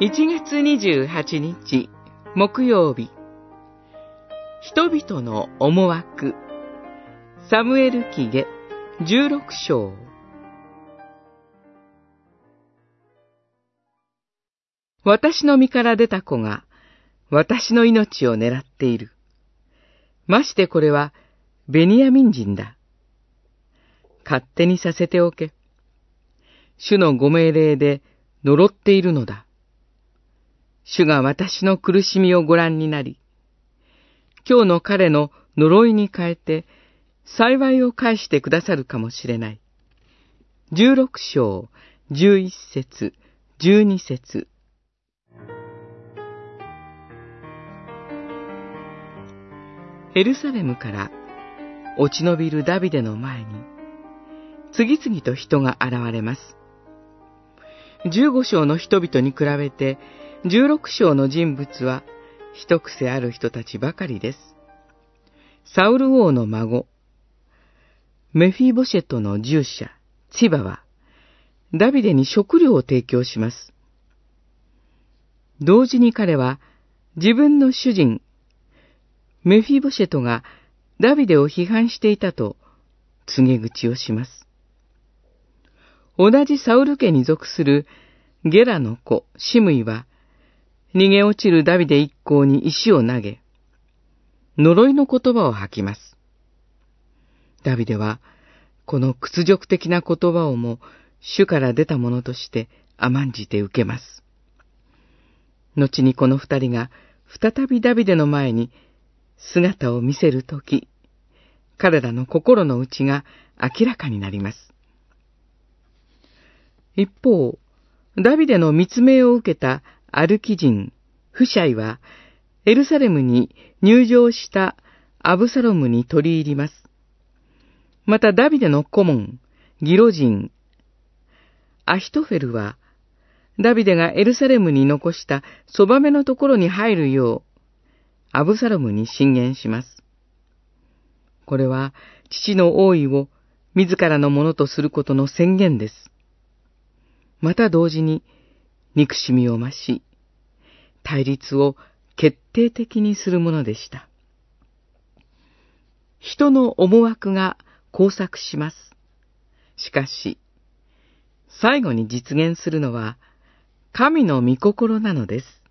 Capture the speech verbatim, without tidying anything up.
いちがつにじゅうはちにち木曜日、人々の思惑、サムエル記下じゅうろくしょう。私の身から出た子が私の命を狙っている。ましてこれはベニヤミン人だ。勝手にさせておけ。主のご命令で呪っているのだ。主が私の苦しみをご覧になり、今日の彼の呪いに変えて幸いを返してくださるかもしれない。じゅうろくしょう、じゅういっせつ、じゅうにせつ。エルサレムから落ち延びるダビデの前に、次々と人が現れます。じゅうごしょうの人々に比べて、じゅうろくしょうの人物は一癖ある人たちばかりです。サウル王の孫、メフィボシェトの従者、ツィバは、ダビデに食料を提供します。同時に彼は、自分の主人、メフィボシェトがダビデを批判していたと告げ口をします。同じサウル家に属するゲラの子、シムイは、逃げ落ちるダビデ一行に石を投げ、呪いの言葉を吐きます。ダビデは、この屈辱的な言葉をも主から出たものとして甘んじて受けます。後にこの二人が再びダビデの前に姿を見せるとき、彼らの心の内が明らかになります。一方、ダビデの密命を受けたアルキ人、フシャイは、エルサレムに入城したアブサロムに取り入ります。またダビデの顧問、ギロ人、アヒトフェルは、ダビデがエルサレムに残したそばめのところに入るよう、アブサロムに進言します。これは、父の王位を自らのものとすることの宣言です。また同時に、憎しみを増し、対立を決定的にするものでした。人の思惑が交錯します。しかし、最後に実現するのは、神の御心なのです。